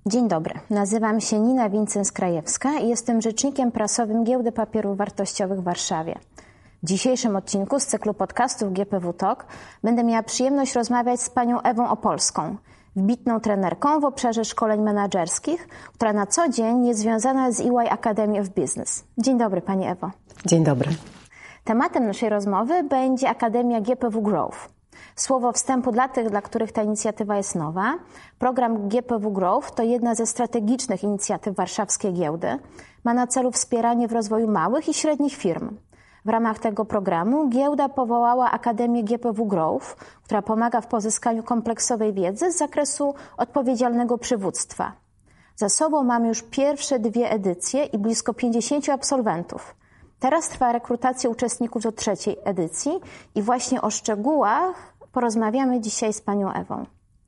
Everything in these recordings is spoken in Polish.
Dzień dobry, nazywam się Nina Wincens-Krajewska i jestem rzecznikiem prasowym Giełdy Papierów Wartościowych w Warszawie. W dzisiejszym odcinku z cyklu podcastów GPW Talk będę miała przyjemność rozmawiać z panią Ewą Opolską, wybitną trenerką w obszarze szkoleń menedżerskich, która na co dzień jest związana z EY Academy of Business. Dzień dobry pani Ewo. Dzień dobry. Tematem naszej rozmowy będzie Akademia GPW Growth. Słowo wstępu dla tych, dla których ta inicjatywa jest nowa. Program GPW Growth to jedna ze strategicznych inicjatyw warszawskiej giełdy. Ma na celu wspieranie w rozwoju małych i średnich firm. W ramach tego programu giełda powołała Akademię GPW Growth, która pomaga w pozyskaniu kompleksowej wiedzy z zakresu odpowiedzialnego przywództwa. Za sobą mamy już pierwsze 2 edycje i blisko 50 absolwentów. Teraz trwa rekrutacja uczestników do 3. edycji i właśnie o szczegółach porozmawiamy dzisiaj z panią Ewą.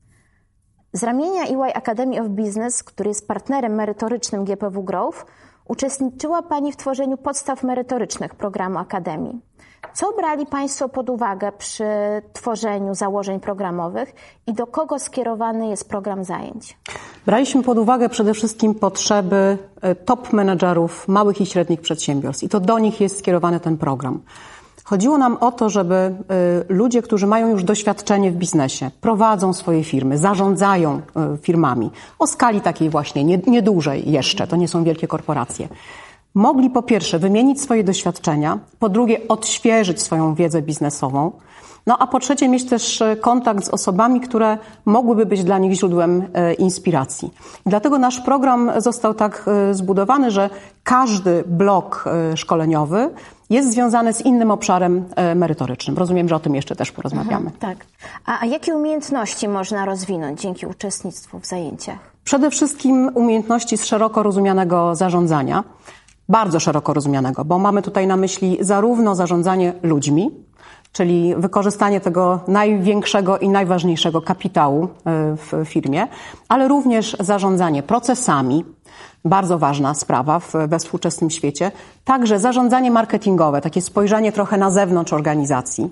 Z ramienia EY Academy of Business, który jest partnerem merytorycznym GPW Growth, uczestniczyła pani w tworzeniu podstaw merytorycznych programu Akademii. Co brali państwo pod uwagę przy tworzeniu założeń programowych i do kogo skierowany jest program zajęć? Braliśmy pod uwagę przede wszystkim potrzeby top menedżerów małych i średnich przedsiębiorstw i to do nich jest skierowany ten program. Chodziło nam o to, żeby ludzie, którzy mają już doświadczenie w biznesie, prowadzą swoje firmy, zarządzają firmami o skali takiej właśnie niedużej jeszcze, to nie są wielkie korporacje, mogli po pierwsze wymienić swoje doświadczenia, po drugie odświeżyć swoją wiedzę biznesową, no a po trzecie mieć też kontakt z osobami, które mogłyby być dla nich źródłem inspiracji. I dlatego nasz program został tak zbudowany, że każdy blok szkoleniowy jest związany z innym obszarem merytorycznym. Rozumiem, że o tym jeszcze też porozmawiamy. Tak. A jakie umiejętności można rozwinąć dzięki uczestnictwu w zajęciach? Przede wszystkim umiejętności z szeroko rozumianego zarządzania. Bardzo szeroko rozumianego, bo mamy tutaj na myśli zarówno zarządzanie ludźmi, czyli wykorzystanie tego największego i najważniejszego kapitału w firmie, ale również zarządzanie procesami, bardzo ważna sprawa we współczesnym świecie, także zarządzanie marketingowe, takie spojrzenie trochę na zewnątrz organizacji,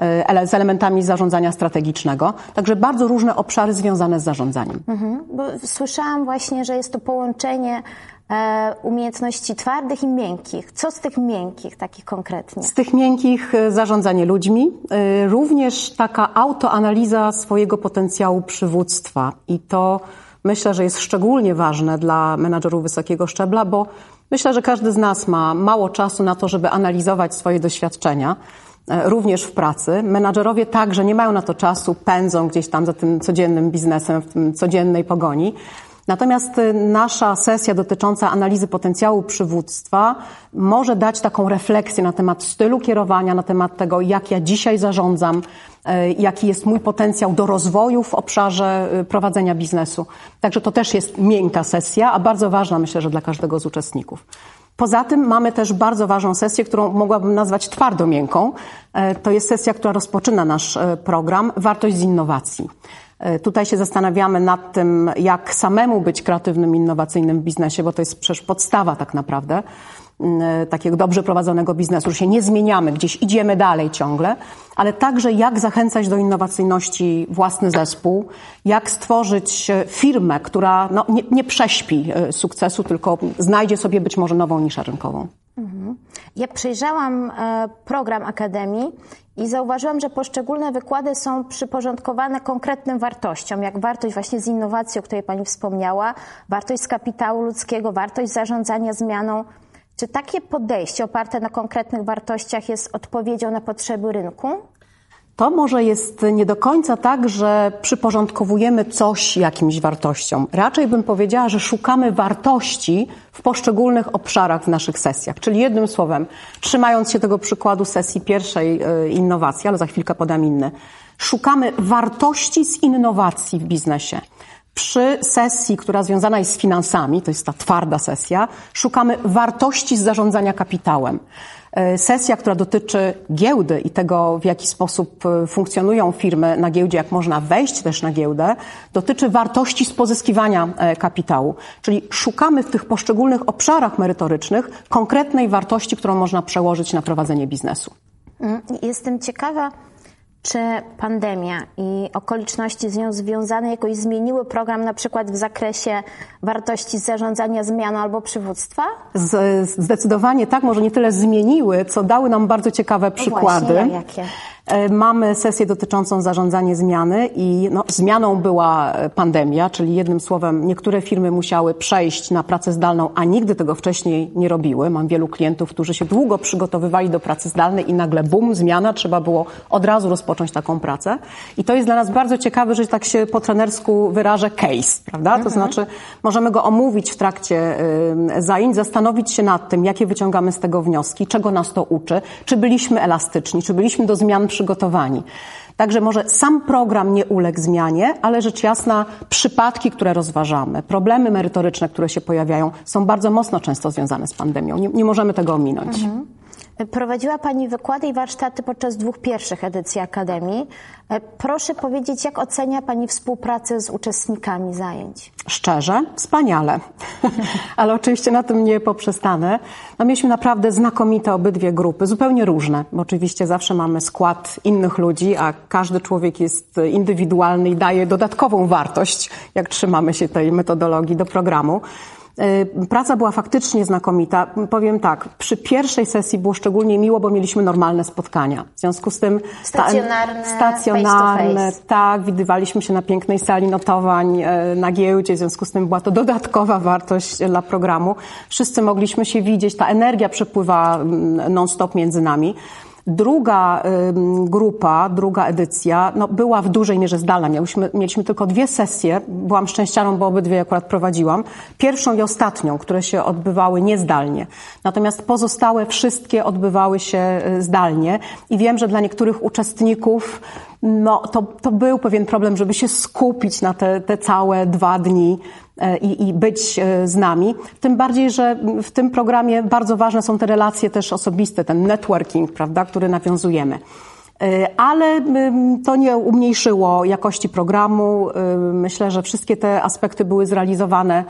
z elementami zarządzania strategicznego, także bardzo różne obszary związane z zarządzaniem. Bo słyszałam właśnie, że jest to połączenie umiejętności twardych i miękkich. Co z tych miękkich, takich konkretnie? Z tych miękkich zarządzanie ludźmi, również taka autoanaliza swojego potencjału przywództwa i to myślę, że jest szczególnie ważne dla menadżerów wysokiego szczebla, bo myślę, że każdy z nas ma mało czasu na to, żeby analizować swoje doświadczenia, również w pracy. Menadżerowie także nie mają na to czasu, pędzą gdzieś tam za tym codziennym biznesem, w tym codziennej pogoni. Natomiast nasza sesja dotycząca analizy potencjału przywództwa może dać taką refleksję na temat stylu kierowania, na temat tego, jak ja dzisiaj zarządzam, jaki jest mój potencjał do rozwoju w obszarze prowadzenia biznesu. Także to też jest miękka sesja, a bardzo ważna, myślę, że dla każdego z uczestników. Poza tym mamy też bardzo ważną sesję, którą mogłabym nazwać twardo miękką. To jest sesja, która rozpoczyna nasz program Wartość z innowacji. Tutaj się zastanawiamy nad tym, jak samemu być kreatywnym, innowacyjnym w biznesie, bo to jest przecież podstawa tak naprawdę takiego dobrze prowadzonego biznesu, że się nie zmieniamy, gdzieś idziemy dalej ciągle, ale także jak zachęcać do innowacyjności własny zespół, jak stworzyć firmę, która nie prześpi sukcesu, tylko znajdzie sobie być może nową niszę rynkową. Ja przejrzałam program Akademii i zauważyłam, że poszczególne wykłady są przyporządkowane konkretnym wartościom, jak wartość właśnie z innowacji, o której pani wspomniała, wartość z kapitału ludzkiego, wartość zarządzania zmianą. Czy takie podejście oparte na konkretnych wartościach jest odpowiedzią na potrzeby rynku? To może jest nie do końca tak, że przyporządkowujemy coś jakimś wartościom. Raczej bym powiedziała, że szukamy wartości w poszczególnych obszarach w naszych sesjach. Czyli jednym słowem, trzymając się tego przykładu sesji pierwszej innowacji, ale za chwilkę podam inne, szukamy wartości z innowacji w biznesie. Przy sesji, która związana jest z finansami, to jest ta twarda sesja, szukamy wartości z zarządzania kapitałem. Sesja, która dotyczy giełdy i tego, w jaki sposób funkcjonują firmy na giełdzie, jak można wejść też na giełdę, dotyczy wartości z pozyskiwania kapitału. Czyli szukamy w tych poszczególnych obszarach merytorycznych konkretnej wartości, którą można przełożyć na prowadzenie biznesu. Jestem ciekawa, Czy pandemia i okoliczności z nią związane jakoś zmieniły program na przykład w zakresie wartości zarządzania zmianą albo przywództwa? Zdecydowanie tak, może nie tyle zmieniły, co dały nam bardzo ciekawe przykłady. Właśnie, jakie? Mamy sesję dotyczącą zarządzania zmiany i zmianą była pandemia, czyli jednym słowem niektóre firmy musiały przejść na pracę zdalną, a nigdy tego wcześniej nie robiły. Mam wielu klientów, którzy się długo przygotowywali do pracy zdalnej i nagle bum, zmiana, trzeba było od razu rozpocząć taką pracę. I to jest dla nas bardzo ciekawe, że tak się po trenersku wyrażę case, prawda? To znaczy możemy go omówić w trakcie zajęć, zastanowić się nad tym, jakie wyciągamy z tego wnioski, czego nas to uczy, czy byliśmy elastyczni, czy byliśmy do zmian przygotowani. Także może sam program nie uległ zmianie, ale rzecz jasna przypadki, które rozważamy, problemy merytoryczne, które się pojawiają, są bardzo mocno często związane z pandemią. Nie możemy tego ominąć. Prowadziła Pani wykłady i warsztaty podczas 2 pierwszych edycji Akademii. Proszę powiedzieć, jak ocenia Pani współpracę z uczestnikami zajęć? Szczerze, wspaniale. Ale oczywiście na tym nie poprzestanę. Mieliśmy naprawdę znakomite obydwie grupy, zupełnie różne, bo oczywiście zawsze mamy skład innych ludzi, a każdy człowiek jest indywidualny i daje dodatkową wartość, jak trzymamy się tej metodologii do programu. Praca była faktycznie znakomita. Powiem tak, przy pierwszej sesji było szczególnie miło, bo mieliśmy normalne spotkania. W związku z tym stacjonarne, face to face. Tak, widywaliśmy się na pięknej sali notowań na giełdzie, w związku z tym była to dodatkowa wartość dla programu. Wszyscy mogliśmy się widzieć, ta energia przepływa non-stop między nami. Druga grupa, druga edycja, była w dużej mierze zdalna. Mieliśmy tylko 2 sesje. Byłam szczęściarą, bo obydwie akurat prowadziłam. Pierwszą i ostatnią, które się odbywały niezdalnie. Natomiast pozostałe wszystkie odbywały się zdalnie. I wiem, że dla niektórych uczestników to był pewien problem, żeby się skupić na te całe 2 dni i być z nami. Tym bardziej, że w tym programie bardzo ważne są te relacje też osobiste, ten networking, prawda, który nawiązujemy. Ale to nie umniejszyło jakości programu. Myślę, że wszystkie te aspekty były zrealizowane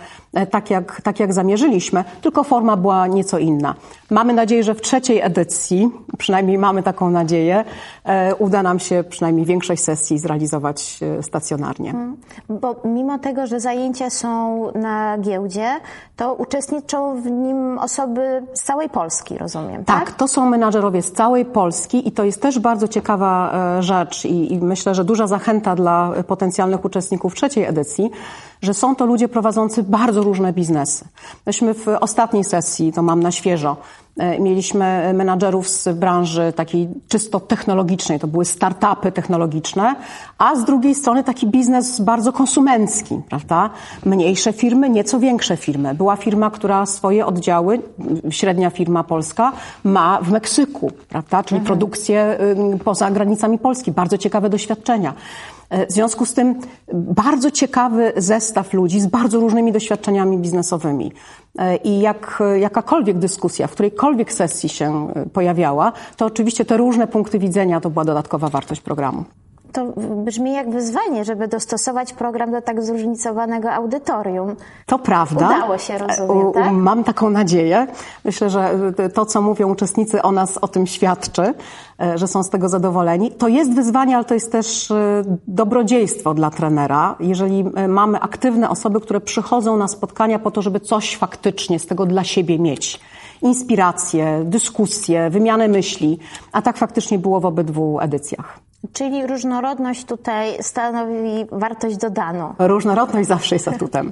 tak jak zamierzyliśmy, tylko forma była nieco inna. Mamy nadzieję, że w 3. edycji, przynajmniej mamy taką nadzieję, uda nam się przynajmniej większość sesji zrealizować stacjonarnie. Bo mimo tego, że zajęcia są na giełdzie, to uczestniczą w nim osoby z całej Polski, rozumiem, tak? Tak, to są menadżerowie z całej Polski i to jest też bardzo ciekawa rzecz i myślę, że duża zachęta dla potencjalnych uczestników 3. edycji, że są to ludzie prowadzący bardzo różne biznesy. Myśmy w ostatniej sesji, to mam na świeżo, mieliśmy menadżerów z branży takiej czysto technologicznej, to były startupy technologiczne, a z drugiej strony taki biznes bardzo konsumencki, prawda? Mniejsze firmy, nieco większe firmy. Była firma, która swoje oddziały, średnia firma polska, ma w Meksyku, prawda? Czyli produkcję poza granicami Polski. Bardzo ciekawe doświadczenia. W związku z tym bardzo ciekawy zestaw ludzi z bardzo różnymi doświadczeniami biznesowymi. I jakakolwiek dyskusja, w którejkolwiek sesji się pojawiała, to oczywiście te różne punkty widzenia to była dodatkowa wartość programu. To brzmi jak wyzwanie, żeby dostosować program do tak zróżnicowanego audytorium. To prawda. Udało się, rozumiem, tak? Mam taką nadzieję. Myślę, że to, co mówią uczestnicy o nas, o tym świadczy, że są z tego zadowoleni. To jest wyzwanie, ale to jest też dobrodziejstwo dla trenera. Jeżeli mamy aktywne osoby, które przychodzą na spotkania po to, żeby coś faktycznie z tego dla siebie mieć. Inspiracje, dyskusje, wymianę myśli, a tak faktycznie było w obydwu edycjach. Czyli różnorodność tutaj stanowi wartość dodaną. Różnorodność zawsze jest atutem.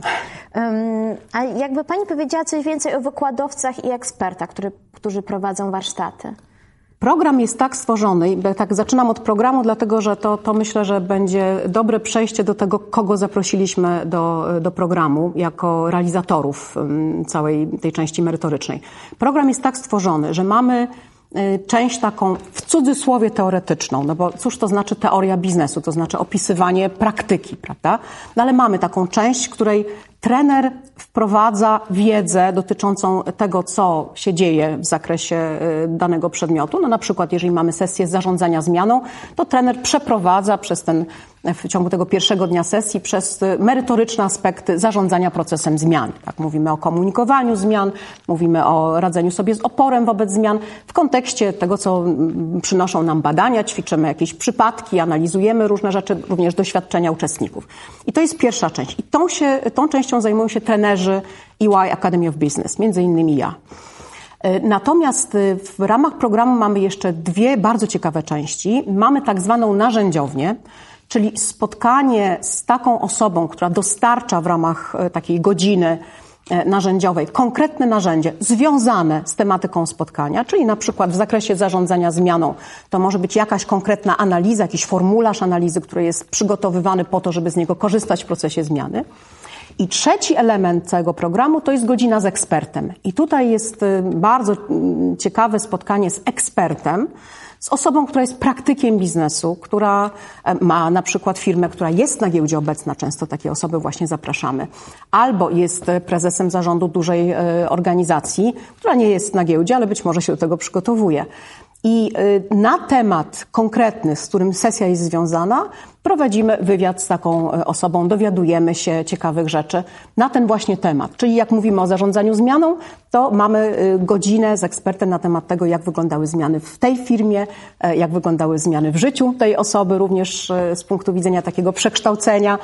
A jakby Pani powiedziała coś więcej o wykładowcach i ekspertach, którzy prowadzą warsztaty? Program jest tak stworzony, tak zaczynam od programu, dlatego że to myślę, że będzie dobre przejście do tego, kogo zaprosiliśmy do programu jako realizatorów całej tej części merytorycznej. Program jest tak stworzony, że mamy część taką w cudzysłowie teoretyczną, no bo cóż to znaczy teoria biznesu, to znaczy opisywanie praktyki, prawda? No ale mamy taką część, w której trener wprowadza wiedzę dotyczącą tego, co się dzieje w zakresie danego przedmiotu. No na przykład, jeżeli mamy sesję zarządzania zmianą, to trener przeprowadza w ciągu tego pierwszego dnia sesji przez merytoryczne aspekty zarządzania procesem zmian. Tak, mówimy o komunikowaniu zmian, mówimy o radzeniu sobie z oporem wobec zmian w kontekście tego, co przynoszą nam badania, ćwiczymy jakieś przypadki, analizujemy różne rzeczy, również doświadczenia uczestników. I to jest pierwsza część. I tą częścią zajmują się trenerzy EY Academy of Business, między innymi ja. Natomiast w ramach programu mamy jeszcze dwie bardzo ciekawe części. Mamy tak zwaną narzędziownię, czyli spotkanie z taką osobą, która dostarcza w ramach takiej godziny narzędziowej konkretne narzędzie związane z tematyką spotkania, czyli na przykład w zakresie zarządzania zmianą to może być jakaś konkretna analiza, jakiś formularz analizy, który jest przygotowywany po to, żeby z niego korzystać w procesie zmiany. I trzeci element całego programu to jest godzina z ekspertem. I tutaj jest bardzo ciekawe spotkanie z ekspertem, z osobą, która jest praktykiem biznesu, która ma na przykład firmę, która jest na giełdzie obecna, często takie osoby właśnie zapraszamy, albo jest prezesem zarządu dużej organizacji, która nie jest na giełdzie, ale być może się do tego przygotowuje. I na temat konkretny, z którym sesja jest związana, prowadzimy wywiad z taką osobą, dowiadujemy się ciekawych rzeczy na ten właśnie temat. Czyli jak mówimy o zarządzaniu zmianą, to mamy godzinę z ekspertem na temat tego, jak wyglądały zmiany w tej firmie, jak wyglądały zmiany w życiu tej osoby, również z punktu widzenia takiego przekształcenia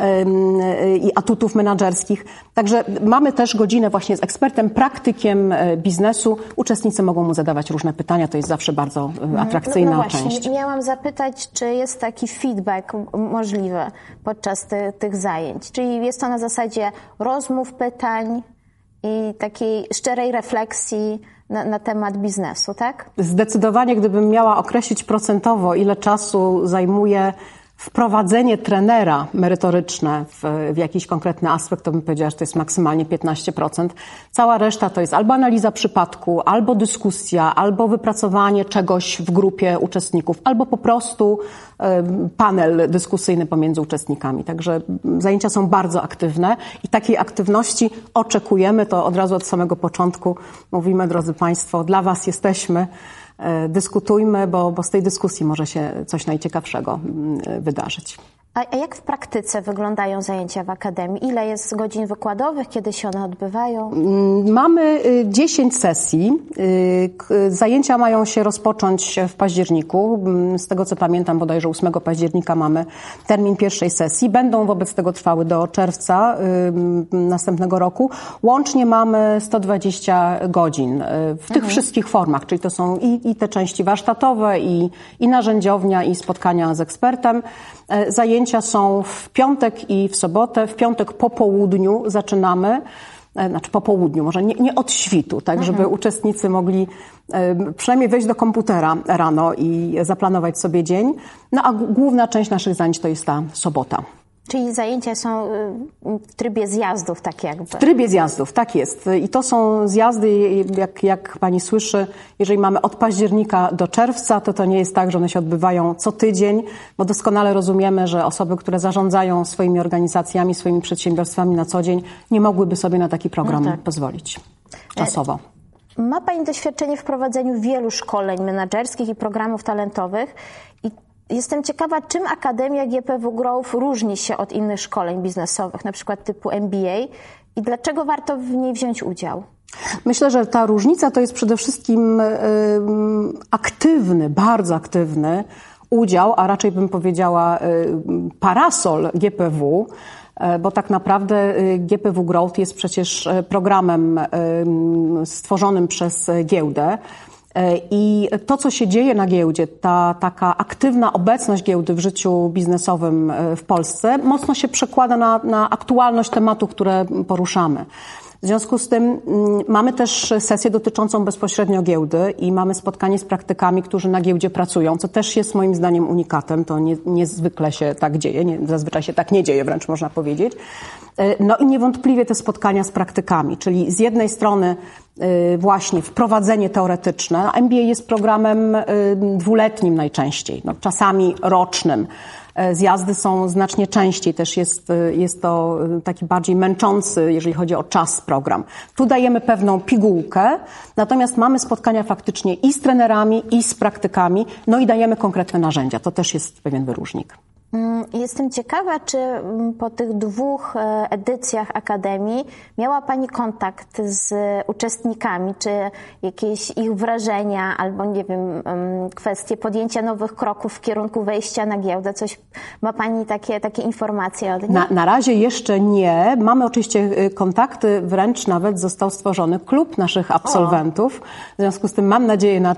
i atutów menadżerskich. Także mamy też godzinę właśnie z ekspertem, praktykiem biznesu. Uczestnicy mogą mu zadawać różne pytania, to jest zawsze bardzo atrakcyjna część. Właśnie, miałam zapytać, czy jest taki feedback możliwy podczas tych zajęć. Czyli jest to na zasadzie rozmów, pytań i takiej szczerej refleksji na temat biznesu, tak? Zdecydowanie, gdybym miała określić procentowo, ile czasu zajmuje wprowadzenie trenera merytoryczne w jakiś konkretny aspekt, to bym powiedziała, że to jest maksymalnie 15%. Cała reszta to jest albo analiza przypadku, albo dyskusja, albo wypracowanie czegoś w grupie uczestników, albo po prostu panel dyskusyjny pomiędzy uczestnikami. Także zajęcia są bardzo aktywne i takiej aktywności oczekujemy, to od razu od samego początku mówimy, drodzy Państwo, dla Was jesteśmy. Dyskutujmy, bo z tej dyskusji może się coś najciekawszego wydarzyć. A jak w praktyce wyglądają zajęcia w Akademii? Ile jest godzin wykładowych? Kiedy się one odbywają? Mamy 10 sesji. Zajęcia mają się rozpocząć w październiku. Z tego co pamiętam, bodajże 8 października mamy termin pierwszej sesji. Będą wobec tego trwały do czerwca następnego roku. Łącznie mamy 120 godzin w tych wszystkich formach, czyli to są i te części warsztatowe, i narzędziownia, i spotkania z ekspertem. Zajęcia są w piątek i w sobotę. W piątek po południu zaczynamy, znaczy po południu, może nie od świtu, tak, żeby uczestnicy mogli przynajmniej wejść do komputera rano i zaplanować sobie dzień. No a główna część naszych zajęć to jest ta sobota. Czyli zajęcia są w trybie zjazdów, tak jakby? W trybie zjazdów, tak jest. I to są zjazdy, jak Pani słyszy, jeżeli mamy od października do czerwca, to nie jest tak, że one się odbywają co tydzień, bo doskonale rozumiemy, że osoby, które zarządzają swoimi organizacjami, swoimi przedsiębiorstwami na co dzień, nie mogłyby sobie na taki program pozwolić czasowo. Ma Pani doświadczenie w prowadzeniu wielu szkoleń menedżerskich i programów talentowych i jestem ciekawa, czym Akademia GPW Growth różni się od innych szkoleń biznesowych, na przykład typu MBA i dlaczego warto w niej wziąć udział? Myślę, że ta różnica to jest przede wszystkim aktywny, bardzo aktywny udział, a raczej bym powiedziała parasol GPW, bo tak naprawdę GPW Growth jest przecież programem stworzonym przez giełdę. I to, co się dzieje na giełdzie, ta taka aktywna obecność giełdy w życiu biznesowym w Polsce mocno się przekłada na aktualność tematu, które poruszamy. W związku z tym mamy też sesję dotyczącą bezpośrednio giełdy i mamy spotkanie z praktykami, którzy na giełdzie pracują, co też jest moim zdaniem unikatem. To niezwykle się tak dzieje, zazwyczaj się tak nie dzieje, wręcz można powiedzieć. No i niewątpliwie te spotkania z praktykami, czyli z jednej strony właśnie wprowadzenie teoretyczne. MBA jest programem dwuletnim najczęściej, czasami rocznym. Zjazdy są znacznie częściej, też jest to taki bardziej męczący, jeżeli chodzi o czas program. Tu dajemy pewną pigułkę, natomiast mamy spotkania faktycznie i z trenerami, i z praktykami, no i dajemy konkretne narzędzia. To też jest pewien wyróżnik. Jestem ciekawa, czy po tych 2 edycjach Akademii miała Pani kontakt z uczestnikami, czy jakieś ich wrażenia, albo nie wiem, kwestie podjęcia nowych kroków w kierunku wejścia na giełdę? Coś ma Pani takie informacje od nich? Na razie jeszcze nie. Mamy oczywiście kontakty, wręcz nawet został stworzony klub naszych absolwentów. W związku z tym mam nadzieję na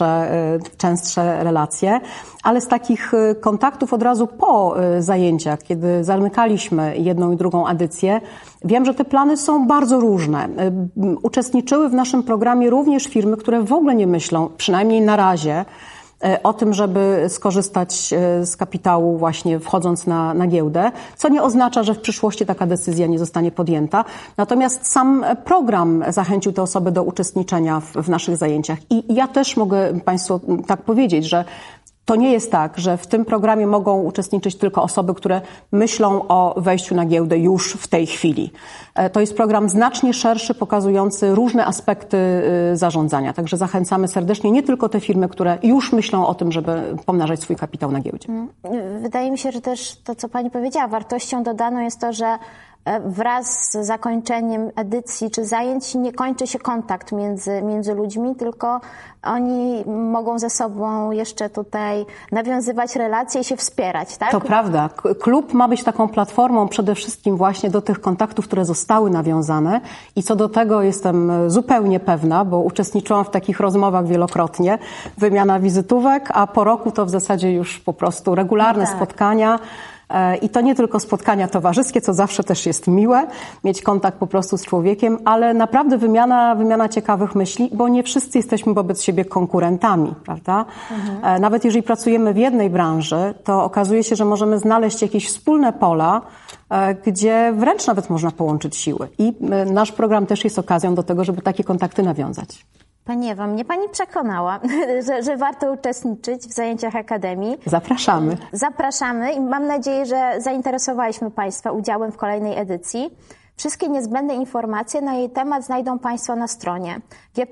częstsze relacje, ale z takich kontaktów od razu po zajęciach, kiedy zamykaliśmy jedną i drugą edycję, wiem, że te plany są bardzo różne. Uczestniczyły w naszym programie również firmy, które w ogóle nie myślą, przynajmniej na razie, o tym, żeby skorzystać z kapitału właśnie wchodząc na giełdę, co nie oznacza, że w przyszłości taka decyzja nie zostanie podjęta. Natomiast sam program zachęcił te osoby do uczestniczenia w naszych zajęciach. I ja też mogę Państwu tak powiedzieć, że to nie jest tak, że w tym programie mogą uczestniczyć tylko osoby, które myślą o wejściu na giełdę już w tej chwili. To jest program znacznie szerszy, pokazujący różne aspekty zarządzania. Także zachęcamy serdecznie nie tylko te firmy, które już myślą o tym, żeby pomnażać swój kapitał na giełdzie. Wydaje mi się, że też to, co Pani powiedziała, wartością dodaną jest to, że wraz z zakończeniem edycji czy zajęć nie kończy się kontakt między ludźmi, tylko oni mogą ze sobą jeszcze tutaj nawiązywać relacje i się wspierać, tak? To prawda. Klub ma być taką platformą przede wszystkim właśnie do tych kontaktów, które zostały nawiązane i co do tego jestem zupełnie pewna, bo uczestniczyłam w takich rozmowach wielokrotnie. Wymiana wizytówek, a po roku to w zasadzie już po prostu regularne spotkania. I to nie tylko spotkania towarzyskie, co zawsze też jest miłe, mieć kontakt po prostu z człowiekiem, ale naprawdę wymiana ciekawych myśli, bo nie wszyscy jesteśmy wobec siebie konkurentami, prawda? Nawet jeżeli pracujemy w jednej branży, to okazuje się, że możemy znaleźć jakieś wspólne pola, gdzie wręcz nawet można połączyć siły. I nasz program też jest okazją do tego, żeby takie kontakty nawiązać. Pani Ewa, mnie Pani przekonała, że warto uczestniczyć w zajęciach Akademii. Zapraszamy. Zapraszamy i mam nadzieję, że zainteresowaliśmy Państwa udziałem w kolejnej edycji. Wszystkie niezbędne informacje na jej temat znajdą Państwo na stronie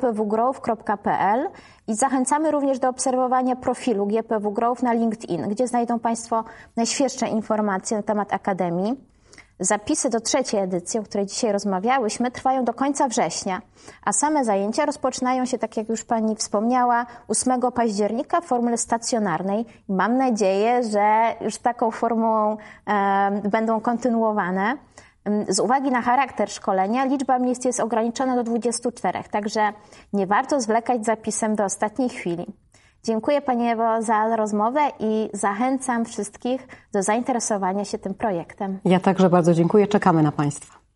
gpwgrowth.pl i zachęcamy również do obserwowania profilu GPW Growth na LinkedIn, gdzie znajdą Państwo najświeższe informacje na temat Akademii. Zapisy do 3. edycji, o której dzisiaj rozmawiałyśmy, trwają do końca września, a same zajęcia rozpoczynają się, tak jak już Pani wspomniała, 8 października w formule stacjonarnej. Mam nadzieję, że już taką formułą będą kontynuowane. Z uwagi na charakter szkolenia liczba miejsc jest ograniczona do 24, także nie warto zwlekać z zapisem do ostatniej chwili. Dziękuję Pani Ewo za rozmowę i zachęcam wszystkich do zainteresowania się tym projektem. Ja także bardzo dziękuję. Czekamy na Państwa.